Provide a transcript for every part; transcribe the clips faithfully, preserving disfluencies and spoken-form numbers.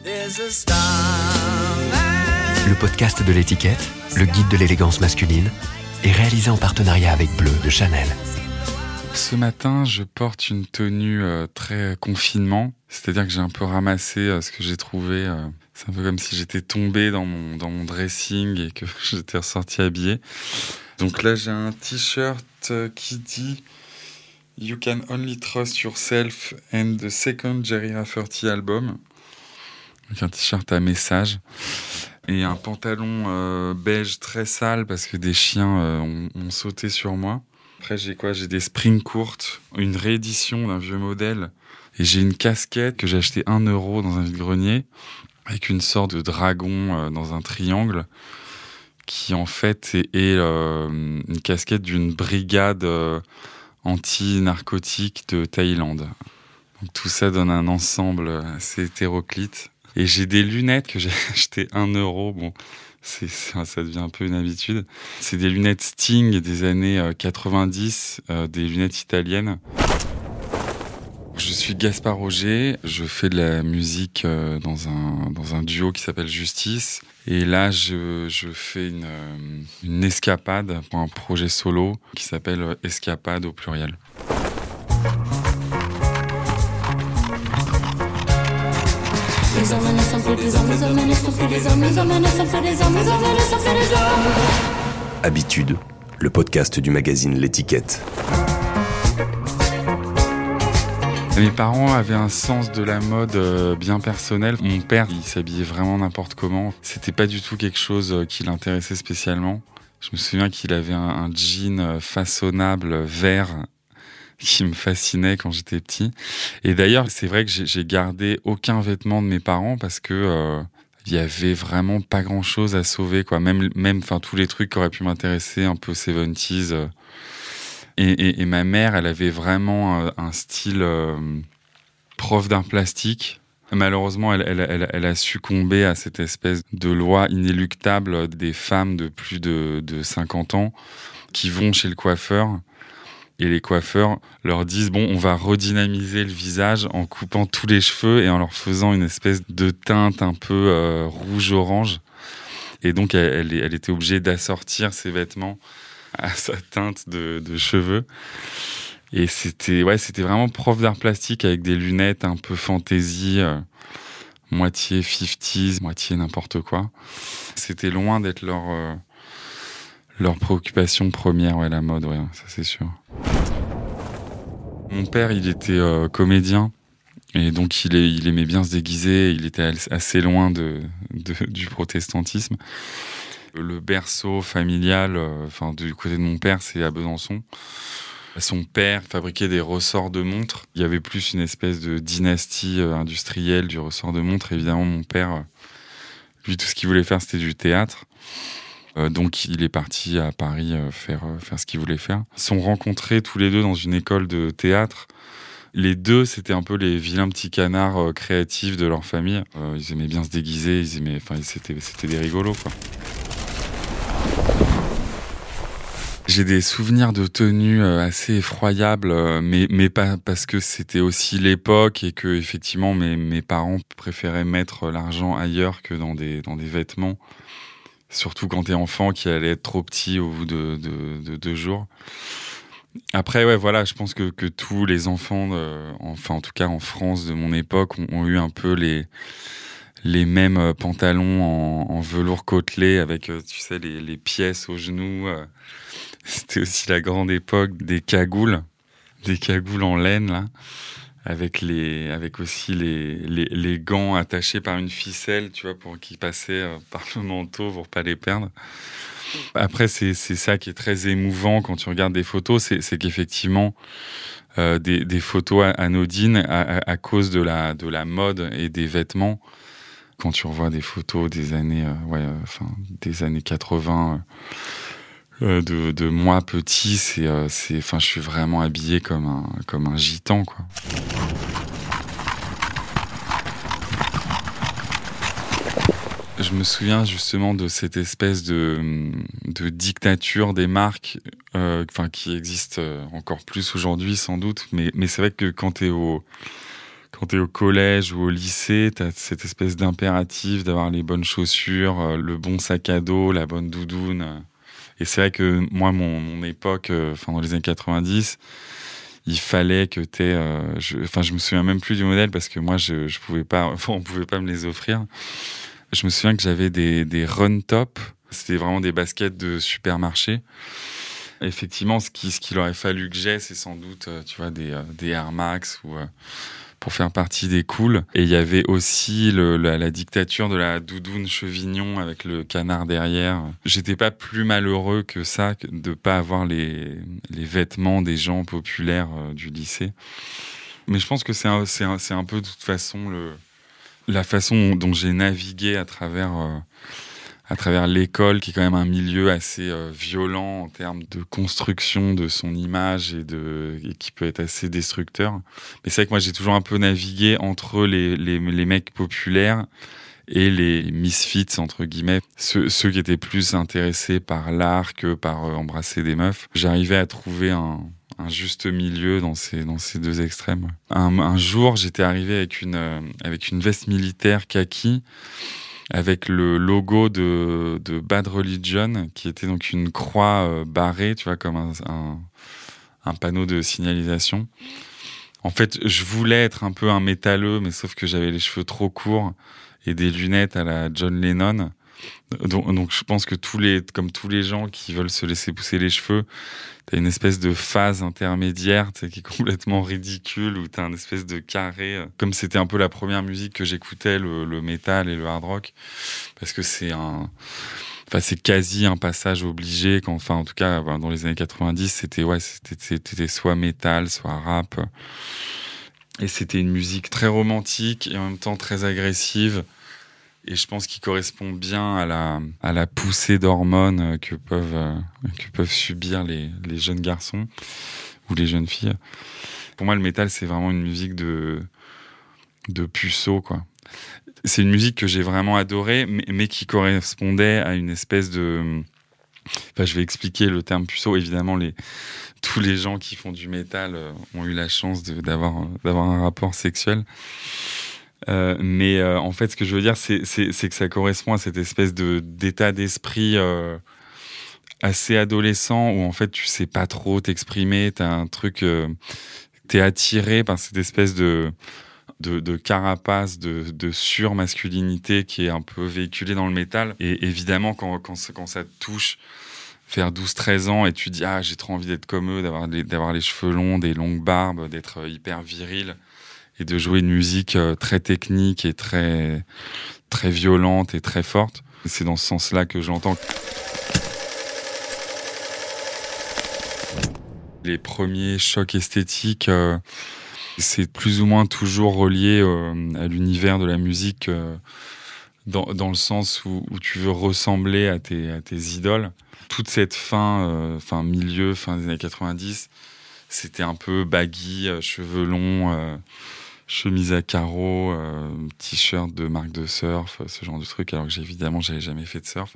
Le podcast de l'étiquette, le guide de l'élégance masculine, est réalisé en partenariat avec Bleu de Chanel. Ce matin, je porte une tenue euh, très confinement, c'est-à-dire que j'ai un peu ramassé euh, ce que j'ai trouvé. Euh, c'est un peu comme si j'étais tombé dans mon, dans mon dressing et que j'étais ressorti habillé. Donc là, j'ai un t-shirt euh, qui dit « You can only trust yourself and the second Jerry Rafferty album ». Donc un t-shirt à message. Et un pantalon euh, beige très sale parce que des chiens euh, ont, ont sauté sur moi. Après, j'ai quoi ? J'ai des springs courtes, une réédition d'un vieux modèle. Et j'ai une casquette que j'ai achetée un euro dans un vide-grenier avec une sorte de dragon euh, dans un triangle qui, en fait, est, est euh, une casquette d'une brigade euh, anti-narcotique de Thaïlande. Donc tout ça donne un ensemble assez hétéroclite. Et j'ai des lunettes que j'ai achetées un euro. Bon... C'est, c'est, ça devient un peu une habitude. C'est des lunettes Sting des années quatre-vingt-dix, euh, des lunettes italiennes. Je suis Gaspard Roger, je fais de la musique euh, dans, un, dans un duo qui s'appelle Justice. Et là, je, je fais une, euh, une escapade pour un projet solo qui s'appelle Escapade au pluriel. Habitude, le podcast du magazine L'étiquette. Mes parents avaient un sens de la mode euh, bien personnel. Mon père, il s'habillait vraiment n'importe comment. C'était pas du tout quelque chose qui l'intéressait spécialement. Je me souviens qu'il avait un, un jean façonnable vert qui me fascinait quand j'étais petit. Et d'ailleurs, c'est vrai que j'ai, j'ai gardé aucun vêtement de mes parents parce que euh, il y avait vraiment pas grand-chose à sauver, quoi. Même, même, enfin, tous les trucs qui auraient pu m'intéresser, un peu soixante-dix. Euh. Et, et, et ma mère, elle avait vraiment euh, un style euh, prof d'art plastique. Malheureusement, elle, elle, elle, elle a succombé à cette espèce de loi inéluctable des femmes de plus de, de cinquante ans qui vont chez le coiffeur. Et les coiffeurs leur disent « Bon, on va redynamiser le visage en coupant tous les cheveux et en leur faisant une espèce de teinte un peu euh, rouge-orange. » Et donc, elle, elle, elle était obligée d'assortir ses vêtements à sa teinte de, de cheveux. Et c'était, ouais, c'était vraiment prof d'art plastique avec des lunettes un peu fantaisie, euh, moitié cinquantaise, moitié n'importe quoi. C'était loin d'être leur... Euh, Leur préoccupation première, ouais, la mode, ouais, ça c'est sûr. Mon père, il était euh, comédien, et donc il, est, il aimait bien se déguiser, il était assez loin de, de, du protestantisme. Le berceau familial, enfin euh, du côté de mon père, c'est à Besançon. Son père fabriquait des ressorts de montres. Il y avait plus une espèce de dynastie euh, industrielle du ressort de montres. Évidemment, mon père, euh, lui, tout ce qu'il voulait faire, c'était du théâtre. Euh, donc il est parti à Paris euh, faire, euh, faire ce qu'il voulait faire. Ils se sont rencontrés tous les deux dans une école de théâtre. Les deux, c'était un peu les vilains petits canards euh, créatifs de leur famille. Euh, ils aimaient bien se déguiser, ils aimaient, enfin, c'était, c'était des rigolos, quoi. J'ai des souvenirs de tenues euh, assez effroyables, euh, mais, mais pas parce que c'était aussi l'époque et que effectivement mes, mes parents préféraient mettre l'argent ailleurs que dans des, dans des vêtements. Surtout quand t'es enfant, qui allait être trop petit au bout de, de, de deux jours. Après, ouais, voilà, je pense que, que tous les enfants, euh, enfin en tout cas en France de mon époque, ont, ont eu un peu les, les mêmes pantalons en, en velours côtelé avec, tu sais, les, les pièces aux genoux. C'était aussi la grande époque des cagoules, des cagoules en laine, là. Avec les, avec aussi les, les, les gants attachés par une ficelle, tu vois, pour qu'ils passaient euh, par le manteau pour pas les perdre. Après, c'est, c'est ça qui est très émouvant quand tu regardes des photos, c'est, c'est qu'effectivement, euh, des, des photos anodines à, à, à cause de la, de la mode et des vêtements. Quand tu revois des photos des années, euh, ouais, euh, enfin, des années quatre-vingts, euh, euh, de, de moi petit, c'est, euh, c'est, enfin, je suis vraiment habillé comme un, comme un gitan, quoi. Je me souviens justement de cette espèce de, de dictature des marques, euh, enfin, qui existe encore plus aujourd'hui sans doute, mais, mais c'est vrai que quand t'es au, quand t'es au collège ou au lycée, t'as cette espèce d'impératif d'avoir les bonnes chaussures, euh, le bon sac à dos, la bonne doudoune. Et c'est vrai que moi, mon, mon époque, enfin euh, dans les années quatre-vingt-dix, il fallait que t'aies... Euh, je, enfin, je me souviens même plus du modèle parce que moi, je, je pouvais pas, enfin, on pouvait pas me les offrir. Je me souviens que j'avais des, des run top. C'était vraiment des baskets de supermarché. Effectivement, ce qu'il ce qu'il aurait fallu que j'aie, c'est sans doute, tu vois, des, des Air Max ou... Euh, pour faire partie des cools. Et il y avait aussi le, la, la dictature de la doudoune chevignon avec le canard derrière. J'étais pas plus malheureux que ça que de pas avoir les, les vêtements des gens populaires euh, du lycée. Mais je pense que c'est un, c'est un, c'est un peu de toute façon le, la façon dont j'ai navigué à travers... Euh, à travers l'école, qui est quand même un milieu assez euh, violent en termes de construction de son image et, de, et qui peut être assez destructeur. Mais c'est vrai que moi, j'ai toujours un peu navigué entre les, les, les mecs populaires et les misfits, entre guillemets, ceux, ceux qui étaient plus intéressés par l'art que par euh, embrasser des meufs. J'arrivais à trouver un, un juste milieu dans ces, dans ces deux extrêmes. Un, un jour, j'étais arrivé avec une, euh, avec une veste militaire kaki, avec le logo de, de Bad Religion, qui était donc une croix euh, barrée, tu vois, comme un, un, un panneau de signalisation. En fait, je voulais être un peu un métalleux, mais sauf que j'avais les cheveux trop courts et des lunettes à la John Lennon. Donc, donc je pense que tous les, comme tous les gens qui veulent se laisser pousser les cheveux, t'as une espèce de phase intermédiaire, tu sais, qui est complètement ridicule, où t'as une espèce de carré. Comme c'était un peu la première musique que j'écoutais, le, le métal et le hard rock, parce que c'est un, enfin c'est quasi un passage obligé. Quand, enfin en tout cas dans les années quatre-vingt-dix, c'était ouais, c'était, c'était soit métal, soit rap, et c'était une musique très romantique et en même temps très agressive. Et je pense qu'il correspond bien à la, à la poussée d'hormones que peuvent, euh, que peuvent subir les, les jeunes garçons ou les jeunes filles. Pour moi, le métal, c'est vraiment une musique de, de puceau, quoi. C'est une musique que j'ai vraiment adorée, mais, mais qui correspondait à une espèce de... Enfin, je vais expliquer le terme puceau. Évidemment, les, tous les gens qui font du métal euh, ont eu la chance de, d'avoir, d'avoir un rapport sexuel. Euh, mais euh, en fait, ce que je veux dire, c'est, c'est, c'est que ça correspond à cette espèce de, d'état d'esprit euh, assez adolescent où en fait, tu sais pas trop t'exprimer. T'as un truc, euh, t'es attiré par cette espèce de, de, de carapace, de, de surmasculinité qui est un peu véhiculée dans le métal. Et évidemment, quand, quand, quand ça te touche vers douze treize ans et tu dis « Ah, j'ai trop envie d'être comme eux, d'avoir les, d'avoir les cheveux longs, des longues barbes, d'être hyper viril », et de jouer une musique très technique et très, très violente et très forte. C'est dans ce sens-là que j'entends. Les premiers chocs esthétiques, euh, c'est plus ou moins toujours relié euh, à l'univers de la musique, euh, dans, dans le sens où, où tu veux ressembler à tes, à tes idoles. Toute cette fin, euh, fin milieu, fin des années quatre-vingt-dix, c'était un peu baggy, euh, cheveux longs, euh, chemise à carreaux, euh, t-shirt de marque de surf, ce genre de truc, alors que j'ai, évidemment, j'avais jamais fait de surf.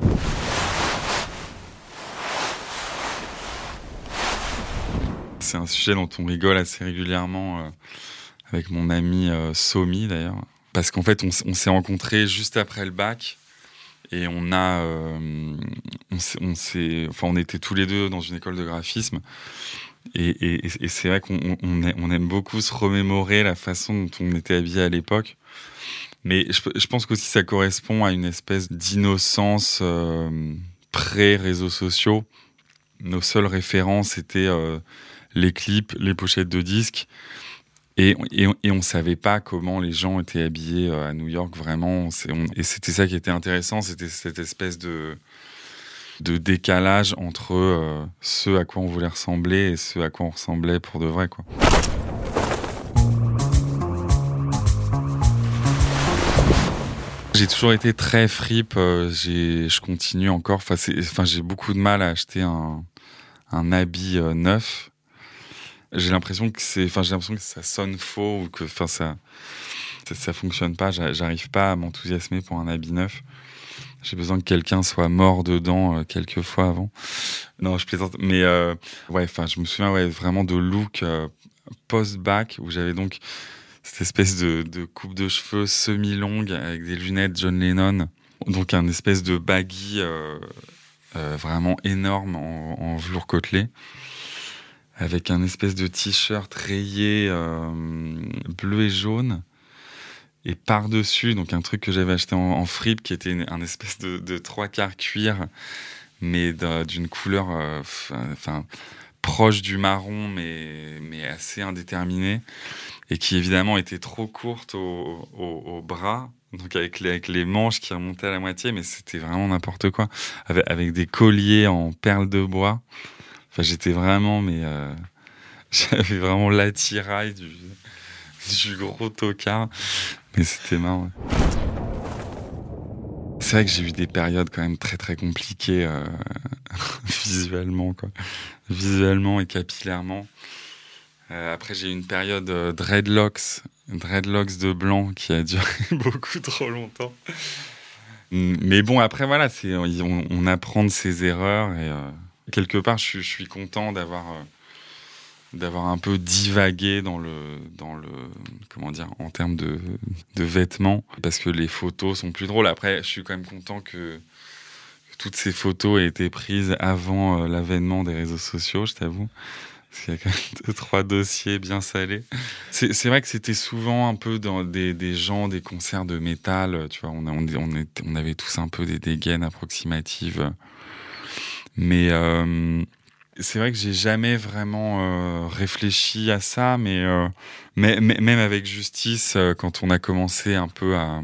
C'est un sujet dont on rigole assez régulièrement euh, avec mon ami euh, Somi, d'ailleurs. Parce qu'en fait, on, on s'est rencontrés juste après le bac et on a... Euh, on, s'est, on, s'est, enfin, on était tous les deux dans une école de graphisme. Et, et, et c'est vrai qu'on on aime, on aime beaucoup se remémorer la façon dont on était habillés à l'époque. Mais je, je pense qu'aussi ça correspond à une espèce d'innocence euh, pré-réseaux sociaux. Nos seules références étaient euh, les clips, les pochettes de disques. Et, et, et on ne savait pas comment les gens étaient habillés à New York, vraiment. C'est, on, et c'était ça qui était intéressant, c'était cette espèce de... de décalage entre euh, ce à quoi on voulait ressembler et ce à quoi on ressemblait pour de vrai, quoi. J'ai toujours été très fripe, euh, j'ai, je continue encore, enfin, c'est, enfin, j'ai beaucoup de mal à acheter un, un habit euh, neuf. J'ai l'impression que c'est, enfin, j'ai l'impression que ça sonne faux ou que, enfin, ça, ça, ça fonctionne pas, j'arrive pas à m'enthousiasmer pour un habit neuf. J'ai besoin que quelqu'un soit mort dedans euh, quelques fois avant. Non, je plaisante. Mais euh, ouais, enfin, je me souviens ouais, vraiment de look euh, post-bac où j'avais donc cette espèce de, de coupe de cheveux semi-longue avec des lunettes John Lennon. Donc un espèce de baggy euh, euh, vraiment énorme en, en velours côtelé, avec un espèce de t-shirt rayé euh, bleu et jaune. Et par-dessus, donc un truc que j'avais acheté en, en fripe, qui était une, un espèce de, de trois quarts cuir, mais d'une couleur enfin, euh, proche du marron, mais, mais assez indéterminée, et qui évidemment était trop courte au, au, au bras, donc avec les, avec les manches qui remontaient à la moitié, mais c'était vraiment n'importe quoi, avec, avec des colliers en perles de bois. Enfin, j'étais vraiment, mais euh, j'avais vraiment l'attirail du, du gros tocard. Mais c'était marrant. C'est vrai que j'ai eu des périodes quand même très très compliquées euh, visuellement, quoi. Visuellement et capillairement. Euh, après, j'ai eu une période euh, dreadlocks, dreadlocks de blanc qui a duré beaucoup trop longtemps. Mais bon, après voilà, c'est on, on apprend de ses erreurs et euh, quelque part, je suis, je suis content d'avoir. Euh, d'avoir un peu divagué dans le, dans le, comment dire, en termes de, de vêtements, parce que les photos sont plus drôles. Après, je suis quand même content que, que toutes ces photos aient été prises avant euh, l'avènement des réseaux sociaux, je t'avoue. Parce qu'il y a quand même deux, trois dossiers bien salés. C'est, c'est vrai que c'était souvent un peu dans des, des gens, des concerts de métal, tu vois, on, a, on, on, était, on avait tous un peu des dégaines approximatives. Mais... Euh, c'est vrai que j'ai jamais vraiment euh, réfléchi à ça, mais, euh, mais, mais même avec Justice, euh, quand on a commencé un peu à,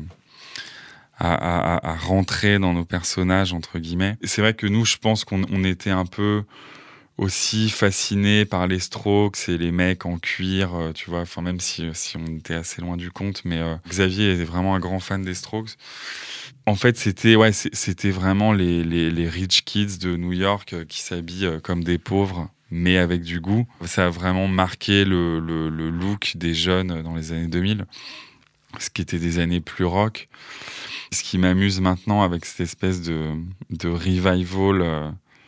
à, à, à rentrer dans nos personnages, entre guillemets, c'est vrai que nous, je pense qu'on on était un peu aussi fascinés par les Strokes et les mecs en cuir, euh, tu vois, enfin même si, si on était assez loin du compte, mais euh, Xavier était vraiment un grand fan des Strokes. En fait, c'était ouais, c'était vraiment les, les, les rich kids de New York euh, qui s'habillent euh, comme des pauvres, mais avec du goût. Ça a vraiment marqué le, le, le look des jeunes dans les années deux mille, ce qui était des années plus rock. Ce qui m'amuse maintenant avec cette espèce de, de revival euh,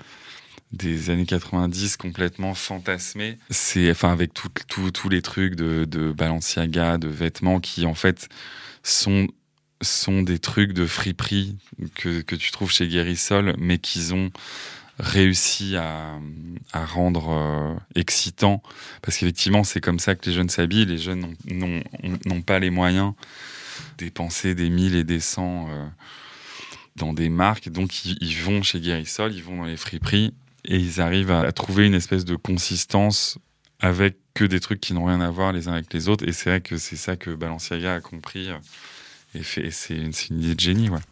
des années quatre-vingt-dix complètement fantasmé, c'est enfin avec tous tout, tout les trucs de, de Balenciaga, de vêtements qui en fait sont sont des trucs de friperie que, que tu trouves chez Guérissol, mais qu'ils ont réussi à, à rendre euh, excitant. Parce qu'effectivement, c'est comme ça que les jeunes s'habillent. Les jeunes n'ont, n'ont, n'ont pas les moyens de dépenser des mille et des cents euh, dans des marques. Donc, ils, ils vont chez Guérissol, ils vont dans les friperies et ils arrivent à, à trouver une espèce de consistance avec que des trucs qui n'ont rien à voir les uns avec les autres. Et c'est vrai que c'est ça que Balenciaga a compris. Euh, Et, fait, et c'est, une, c'est une idée de génie, ouais.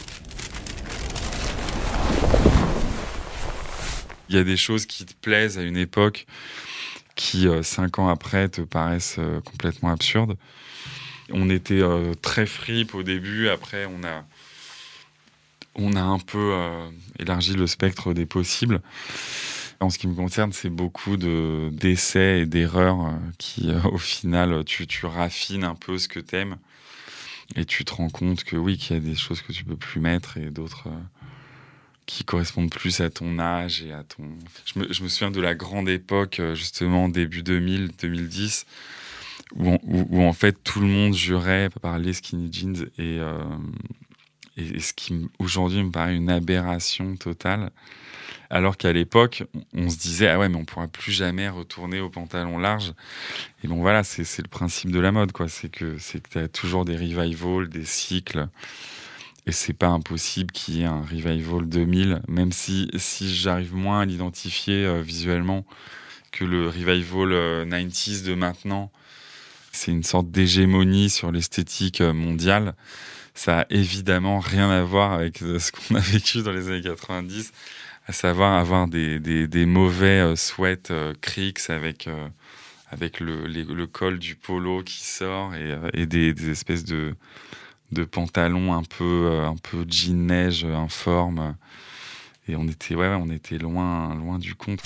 Il y a des choses qui te plaisent à une époque qui, euh, cinq ans après, te paraissent euh, complètement absurdes. On était euh, très fripe au début, après on a, on a un peu euh, élargi le spectre des possibles. En ce qui me concerne, c'est beaucoup de, d'essais et d'erreurs euh, qui, euh, au final, tu, tu raffines un peu ce que t'aimes. Et tu te rends compte que oui, qu'il y a des choses que tu peux plus mettre et d'autres euh, qui correspondent plus à ton âge et à ton... Je me, je me souviens de la grande époque, justement, début deux mille, deux mille dix, où, où, où en fait tout le monde jurait par les skinny jeans et, euh, et, et ce qui aujourd'hui me paraît une aberration totale. Alors qu'à l'époque, on se disait « Ah ouais, mais on ne pourra plus jamais retourner au pantalon large ». Et bon, voilà, c'est, c'est le principe de la mode, quoi. C'est que, c'est que tu as toujours des revivals, des cycles. Et c'est pas impossible qu'il y ait un revival deux mille, même si, si j'arrive moins à l'identifier euh, visuellement que le revival euh, quatre-vingt-dix de maintenant. C'est une sorte d'hégémonie sur l'esthétique euh, mondiale. Ça a évidemment rien à voir avec euh, ce qu'on a vécu dans les années quatre-vingt-dix. À savoir avoir des, des, des mauvais euh, sweats euh, Creeks avec, euh, avec le, les, le col du polo qui sort et, euh, et des, des espèces de, de pantalons un peu, euh, un peu jean neige informe. Et on était, ouais, on était loin, loin du compte.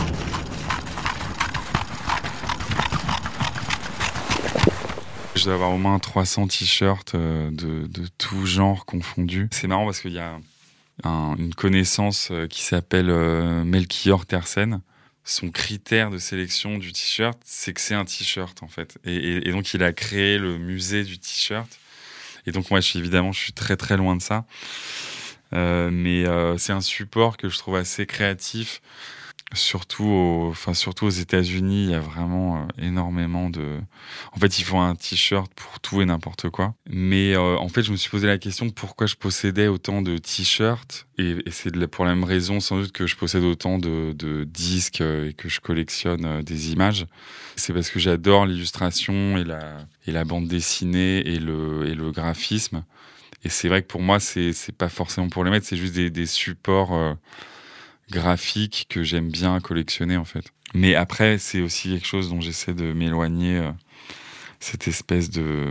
Je dois avoir au moins trois cents t-shirts euh, de, de tout genre confondus. C'est marrant parce qu'il y a Un, une connaissance qui s'appelle euh, Melchior Tersen, son critère de sélection du t-shirt, c'est que c'est un t-shirt en fait. Et, et, et donc il a créé le musée du t-shirt. Et donc moi, je suis évidemment, je suis très très loin de ça. Euh, mais euh, c'est un support que je trouve assez créatif. Surtout, au, enfin, surtout aux États-Unis, il y a vraiment euh, énormément de. En fait, ils font un t-shirt pour tout et n'importe quoi. Mais euh, en fait, je me suis posé la question pourquoi je possédais autant de t-shirts. Et, et c'est de la, pour la même raison, sans doute, que je possède autant de, de disques euh, et que je collectionne euh, des images. C'est parce que j'adore l'illustration et la, et la bande dessinée et le, et le graphisme. Et c'est vrai que pour moi, c'est, c'est pas forcément pour les mettre, c'est juste des, des supports. Euh, graphique que j'aime bien collectionner en fait. Mais après, c'est aussi quelque chose dont j'essaie de m'éloigner, euh, cette espèce de,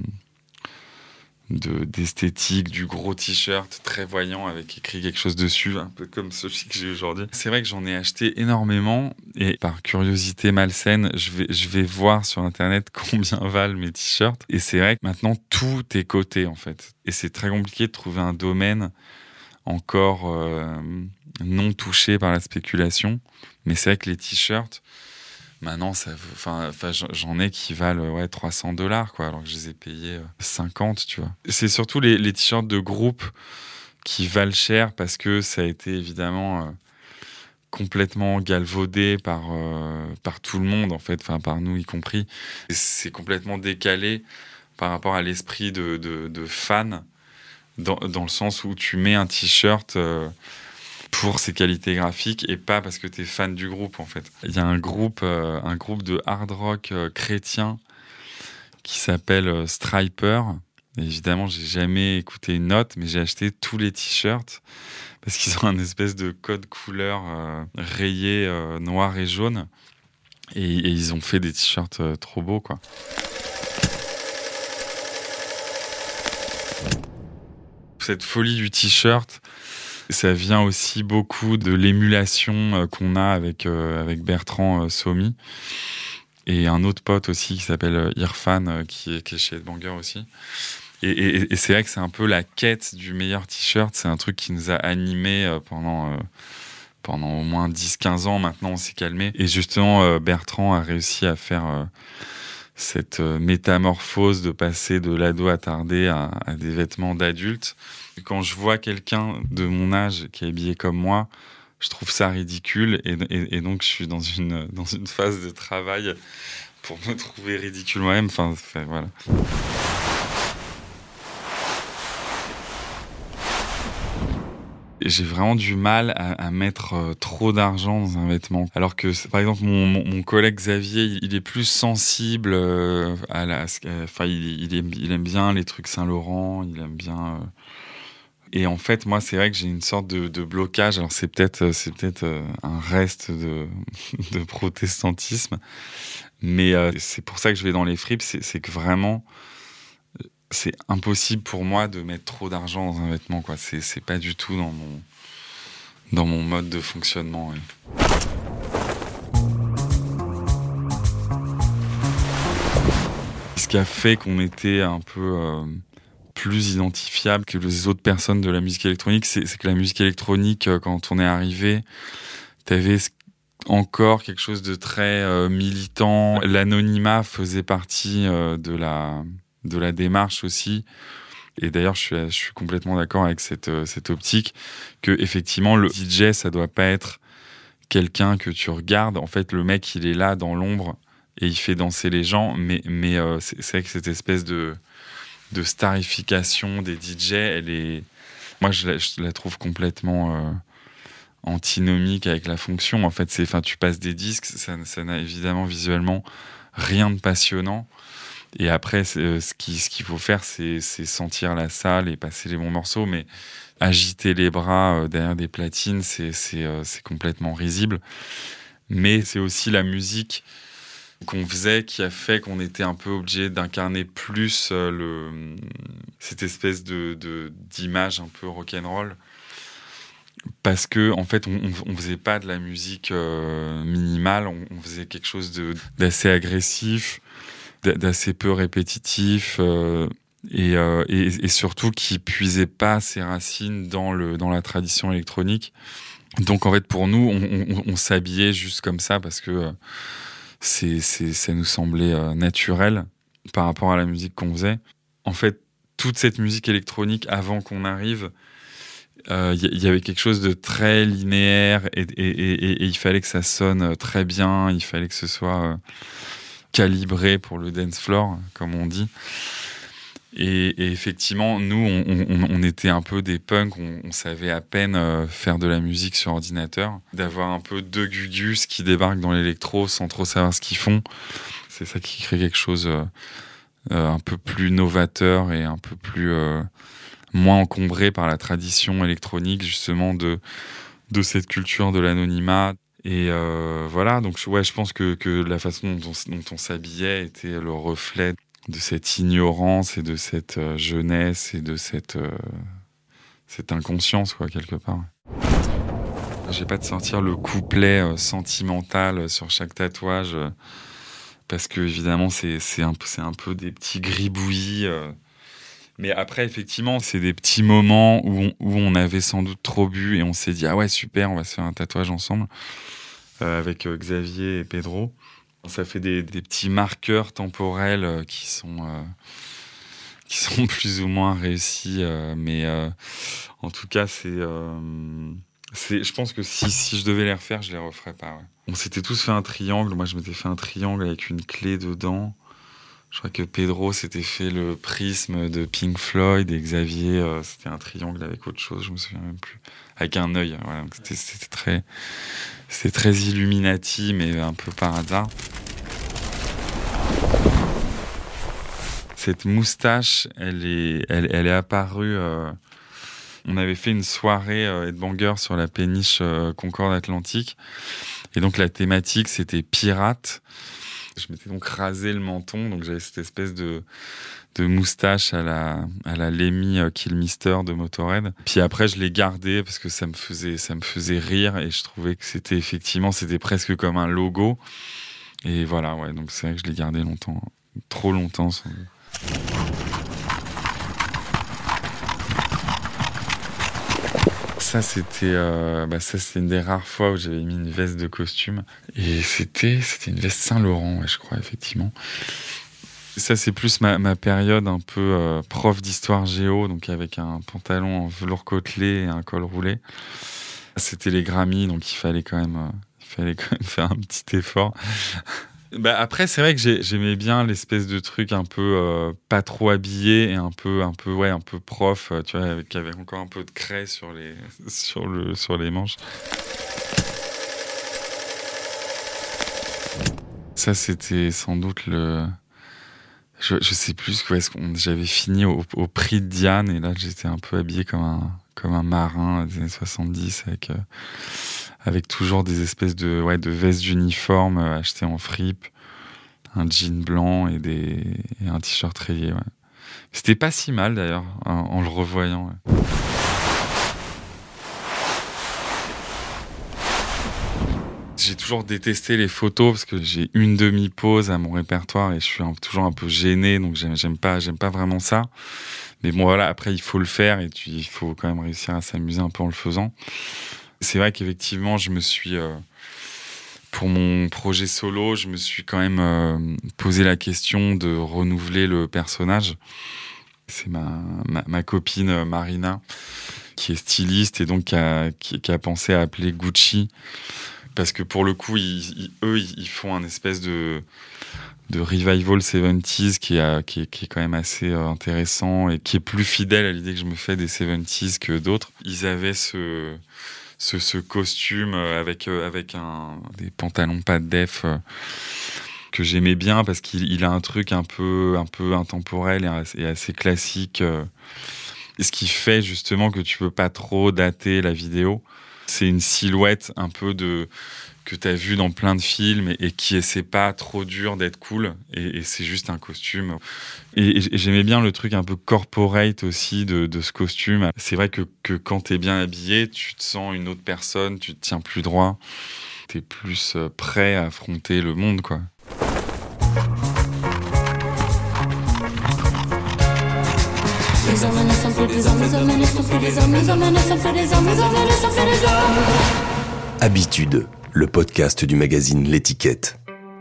de d'esthétique du gros t-shirt très voyant avec écrit quelque chose dessus, un peu comme celui que j'ai aujourd'hui. C'est vrai que j'en ai acheté énormément et par curiosité malsaine, je vais, je vais voir sur internet combien valent mes t-shirts. Et c'est vrai que maintenant, tout est coté en fait. Et c'est très compliqué de trouver un domaine encore euh, non touché par la spéculation. Mais c'est vrai que les t-shirts, maintenant, ça, enfin, j'en ai qui valent ouais, trois cents dollars, quoi, alors que je les ai payés cinquante, tu vois. C'est surtout les, les t-shirts de groupe qui valent cher parce que ça a été évidemment euh, complètement galvaudé par, euh, par tout le monde, en fait, enfin, par nous y compris. Et c'est complètement décalé par rapport à l'esprit de, de, de fan. Dans, dans le sens où tu mets un t-shirt euh, pour ses qualités graphiques et pas parce que tu es fan du groupe, en fait. Il y a un groupe, euh, un groupe de hard rock euh, chrétien qui s'appelle euh, Stryper. Et évidemment, j'ai jamais écouté une note, mais j'ai acheté tous les t-shirts parce qu'ils ont un espèce de code couleur euh, rayé euh, noir et jaune. Et, et ils ont fait des t-shirts euh, trop beaux, quoi. Cette folie du t-shirt, ça vient aussi beaucoup de l'émulation qu'on a avec, euh, avec Bertrand Somi et un autre pote aussi qui s'appelle Irfan, qui est, qui est chez Headbanger aussi. Et, et, et c'est vrai que c'est un peu la quête du meilleur t-shirt. C'est un truc qui nous a animés pendant, euh, pendant au moins dix quinze ans. Maintenant, on s'est calmé. Et justement, euh, Bertrand a réussi à faire... Euh, cette métamorphose de passer de l'ado attardé à, à des vêtements d'adulte. Quand je vois quelqu'un de mon âge qui est habillé comme moi, je trouve ça ridicule et, et, et donc je suis dans une, dans une phase de travail pour me trouver ridicule moi-même. Enfin, enfin voilà. J'ai vraiment du mal à, à mettre euh, trop d'argent dans un vêtement. Alors que, par exemple, mon, mon, mon collègue Xavier, il, il est plus sensible euh, à la... Enfin, il, il, aime, il aime bien les trucs Saint-Laurent, il aime bien... Euh, et en fait, moi, c'est vrai que j'ai une sorte de, de blocage. Alors, c'est peut-être, c'est peut-être euh, un reste de, de protestantisme. Mais euh, c'est pour ça que je vais dans les fripes. C'est, c'est que vraiment... c'est impossible pour moi de mettre trop d'argent dans un vêtement, quoi. C'est, c'est pas du tout dans mon, dans mon mode de fonctionnement. Ouais. Ce qui a fait qu'on était un peu euh, plus identifiable que les autres personnes de la musique électronique, c'est, c'est que la musique électronique, quand on est arrivé, t'avais encore quelque chose de très euh, militant. L'anonymat faisait partie euh, de la... de la démarche aussi. Et d'ailleurs, je suis, je suis complètement d'accord avec cette, cette optique que, effectivement, le D J, ça doit pas être quelqu'un que tu regardes. En fait, le mec, il est là dans l'ombre et il fait danser les gens. Mais, mais euh, c'est, c'est vrai que cette espèce de, de starification des D J, elle est... Moi, je la, je la trouve complètement euh, antinomique avec la fonction. En fait, c'est, enfin, tu passes des disques, ça, ça n'a évidemment visuellement rien de passionnant. Et après, c'est, ce, qui, ce qu'il faut faire, c'est, c'est sentir la salle et passer les bons morceaux. Mais agiter les bras euh, derrière des platines, c'est, c'est, euh, c'est complètement risible. Mais c'est aussi la musique qu'on faisait qui a fait qu'on était un peu obligé d'incarner plus euh, le, cette espèce de, de, d'image un peu rock'n'roll. Parce que en fait, on, on faisait pas de la musique euh, minimale, on, on faisait quelque chose de, d'assez agressif, d'assez peu répétitif euh, et, euh, et, et surtout qui puisait pas ses racines dans, le, dans la tradition électronique. Donc en fait pour nous on, on, on s'habillait juste comme ça parce que euh, c'est, c'est, ça nous semblait euh, naturel par rapport à la musique qu'on faisait. En fait toute cette musique électronique avant qu'on arrive, il euh, y, y avait quelque chose de très linéaire et, et, et, et il fallait que ça sonne très bien, il fallait que ce soit euh, calibré pour le dance floor comme on dit. Et, et effectivement, nous, on, on, on était un peu des punks, on, on savait à peine euh, faire de la musique sur ordinateur. D'avoir un peu deux gugus qui débarquent dans l'électro sans trop savoir ce qu'ils font, c'est ça qui crée quelque chose euh, euh, un peu plus novateur et un peu plus euh, moins encombré par la tradition électronique, justement, de, de cette culture de l'anonymat. Et euh, voilà, donc ouais, je pense que, que la façon dont on, dont on s'habillait était le reflet de cette ignorance et de cette euh, jeunesse et de cette, euh, cette inconscience, quoi, quelque part. J'ai pas de sortir le couplet euh, sentimental sur chaque tatouage, euh, parce que, évidemment, c'est, c'est, un, c'est un peu des petits gribouillis. Euh. Mais après, effectivement, c'est des petits moments où on, où on avait sans doute trop bu et on s'est dit « Ah ouais, super, on va se faire un tatouage ensemble euh, » avec euh, Xavier et Pedro. Ça fait des, des petits marqueurs temporels euh, qui sont euh, qui sont plus ou moins réussis, euh, mais euh, en tout cas, c'est, euh, c'est. Je pense que si si je devais les refaire, je les referais pas. Ouais. On s'était tous fait un triangle. Moi, je m'étais fait un triangle avec une clé dedans. Je crois que Pedro s'était fait le prisme de Pink Floyd et Xavier, euh, c'était un triangle avec autre chose. Je me souviens même plus. Avec un œil. Voilà. Donc c'était, c'était très, c'était très Illuminati, mais un peu par hasard. Cette moustache, elle est, elle, elle est apparue. Euh, on avait fait une soirée euh, headbanger sur la péniche euh, Concorde Atlantique. Et donc la thématique, c'était pirate. Je m'étais donc rasé le menton, donc j'avais cette espèce de, de moustache à la, à la Lemmy Kilmister de Motörhead. Puis après, je l'ai gardé parce que ça me faisait, ça me faisait rire et je trouvais que c'était effectivement, c'était presque comme un logo. Et voilà, ouais, donc c'est vrai que je l'ai gardé longtemps, trop longtemps. Sans... Ça, c'était, euh, bah, ça, c'était une des rares fois où j'avais mis une veste de costume. Et c'était, c'était une veste Saint-Laurent, ouais, je crois, effectivement. Ça, c'est plus ma, ma période un peu euh, prof d'histoire géo, donc avec un pantalon en velours côtelé et un col roulé. C'était les Grammys, donc il fallait quand même, euh, il fallait quand même faire un petit effort. Bah après, c'est vrai que j'ai, j'aimais bien l'espèce de truc un peu euh, pas trop habillé et un peu, un peu, ouais, un peu prof, euh, tu vois, avec, avec encore un peu de craie sur les, sur le, sur les manches. Ça, c'était sans doute le, je, je sais plus quoi est-ce qu'on, j'avais fini au, au prix de Diane et là, j'étais un peu habillé comme un, comme un marin des années soixante-dix avec. Euh, avec toujours des espèces de, ouais, de vestes d'uniforme euh, achetées en fripe, un jean blanc et, des, et un t-shirt rayé. Ouais. C'était pas si mal d'ailleurs, en, en le revoyant. Ouais. J'ai toujours détesté les photos parce que j'ai une demi-pose à mon répertoire et je suis un, toujours un peu gêné, donc j'aime, j'aime pas, j'aime pas vraiment ça. Mais bon voilà, après il faut le faire et tu, il faut quand même réussir à s'amuser un peu en le faisant. C'est vrai qu'effectivement, je me suis, euh, pour mon projet solo, je me suis quand même euh, posé la question de renouveler le personnage. C'est ma, ma, ma copine Marina, qui est styliste et donc qui a, qui, qui a pensé à appeler Gucci. Parce que pour le coup, ils, ils, eux, ils font un espèce de, de revival soixante-dix qui est, qui, est, qui est quand même assez intéressant et qui est plus fidèle à l'idée que je me fais des soixante-dix que d'autres. Ils avaient ce... Ce, ce costume avec, euh, avec un, des pantalons pas de def euh, que j'aimais bien parce qu'il il a un truc un peu, un peu intemporel et assez, et assez classique. Euh, et ce qui fait justement que tu peux pas trop dater la vidéo. C'est une silhouette un peu de, que tu as vu dans plein de films et, et qui c'est pas trop dur d'être cool et, et c'est juste un costume. Et, et j'aimais bien le truc un peu corporate aussi de, de ce costume. C'est vrai que, que quand t'es bien habillé, tu te sens une autre personne, tu te tiens plus droit, t'es plus prêt à affronter le monde, quoi. Les sommes plus des hommes, les hommes ne sont plus des hommes, les hommes ne sont plus des hommes. Habitude, le podcast du magazine L'Étiquette.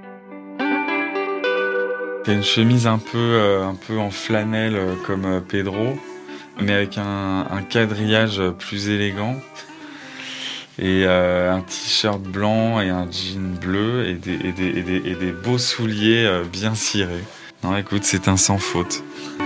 T'as une chemise un peu, euh, un peu en flanelle euh, comme euh, Pedro, mais avec un, un quadrillage plus élégant. Et euh, un t-shirt blanc et un jean bleu et des, et des, et des, et des beaux souliers euh, bien cirés. Non, écoute, c'est un sans faute.